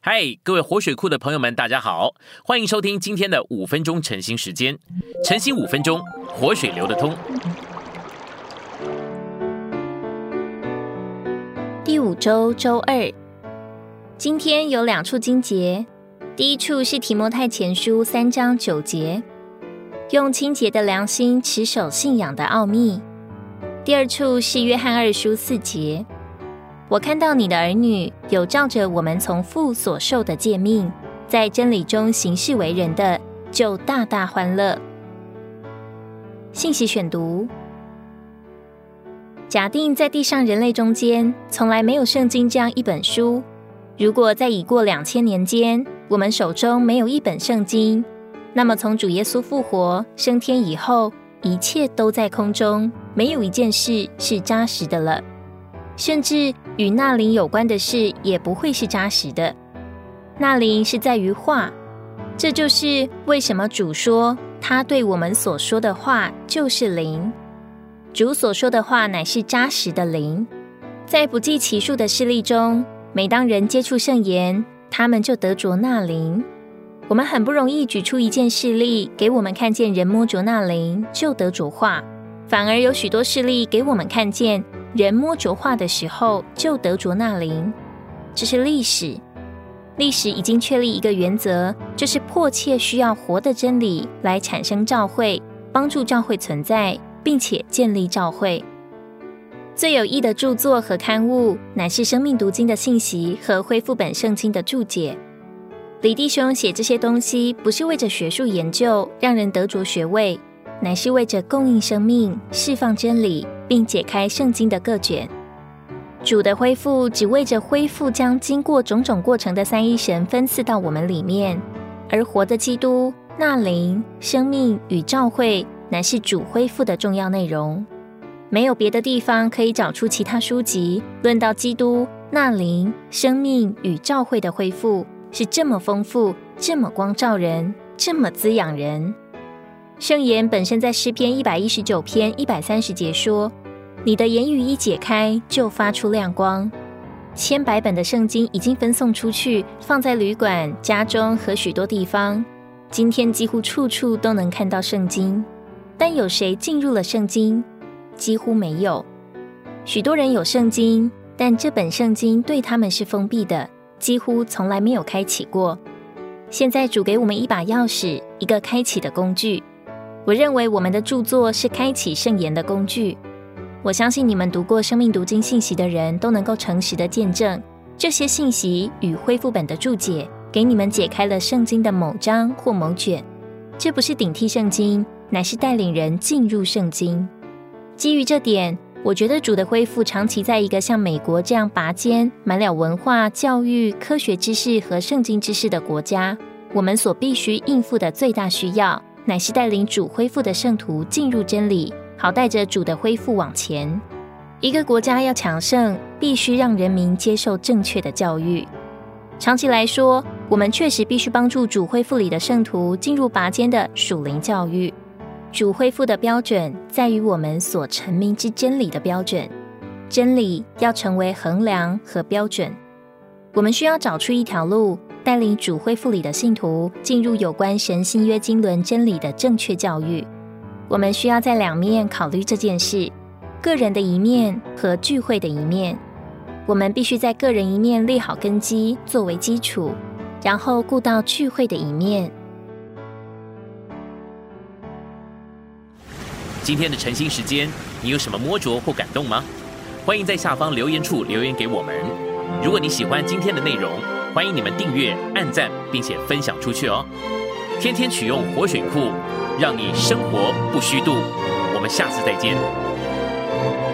嗨，各位活水库的朋友们，大家好，欢迎收听今天的5分钟晨兴时间。晨兴5分钟，活水流得通。 第5周周2，今天有2处经节。第一处是提摩太前书3章9节，用清洁的良心持守信仰的奥秘。第二处是约翰2书4节，我看到你的儿女有照着我们从父所受的诫命，在真理中行事为人的，就大大欢乐。信息选读：假定在地上人类中间从来没有圣经这样一本书，如果在已过2000年间，我们手中没有一本圣经，那么从主耶稣复活升天以后，一切都在空中，没有一件事是扎实的了，甚至与那灵有关的事也不会是扎实的。那灵是在于话，这就是为什么主说他对我们所说的话就是灵。主所说的话乃是扎实的灵。在不计其数的事例中，每当人接触圣言，他们就得着那灵。我们很不容易举出一件事例给我们看见人摸着那灵就得着话，反而有许多事例给我们看见人摸着话的时候就得着那灵。这是历史。历史已经确立一个原则，就是迫切需要活的真理来产生教会，帮助教会存在，并且建立教会。最有益的著作和刊物乃是生命读经的信息和恢复本圣经的注解。李弟兄写这些东西不是为着学术研究让人得着学位，乃是为着供应生命，释放真理，并解开圣经的各卷。主的恢复只为着恢复将经过种种过程的三一神分赐到我们里面，而活的基督、那灵、生命与教会乃是主恢复的重要内容。没有别的地方可以找出其他书籍论到基督、那灵、生命与教会的恢复是这么丰富，这么光照人，这么滋养人。圣言本身在诗篇119篇130节说，你的言语一解开，就发出亮光。千百本的圣经已经分送出去，放在旅馆、家中和许多地方。今天几乎处处都能看到圣经，但有谁进入了圣经？几乎没有。许多人有圣经，但这本圣经对他们是封闭的，几乎从来没有开启过。现在主给我们一把钥匙，一个开启的工具。我认为我们的著作是开启圣言的工具。我相信你们读过生命读经信息的人都能够诚实的见证，这些信息与恢复本的注解给你们解开了圣经的某章或某卷。这不是顶替圣经，乃是带领人进入圣经。基于这点，我觉得主的恢复长期在一个像美国这样拔尖满了文化、教育、科学知识和圣经知识的国家，我们所必须应付的最大需要，乃是带领主恢复的圣徒进入真理，好带着主的恢复往前。一个国家要强盛，必须让人民接受正确的教育。长期来说，我们确实必须帮助主恢复里的圣徒进入拔尖的属灵教育。主恢复的标准在于我们所陈明之真理的标准，真理要成为衡量和标准。我们需要找出一条路，带领主恢复里的信徒进入有关神新约经纶真理的正确教育。我们需要在2面考虑这件事，个人的一面和聚会的一面。我们必须在个人一面立好根基作为基础，然后顾到聚会的一面。 今天的晨兴时间，你有什么摸着或感动吗？欢迎在下方留言处留言给我们。如果你喜欢今天的内容，欢迎你们订阅、按赞，并且分享出去哦。天天取用活水库，让你生活不虚度。我们下次再见。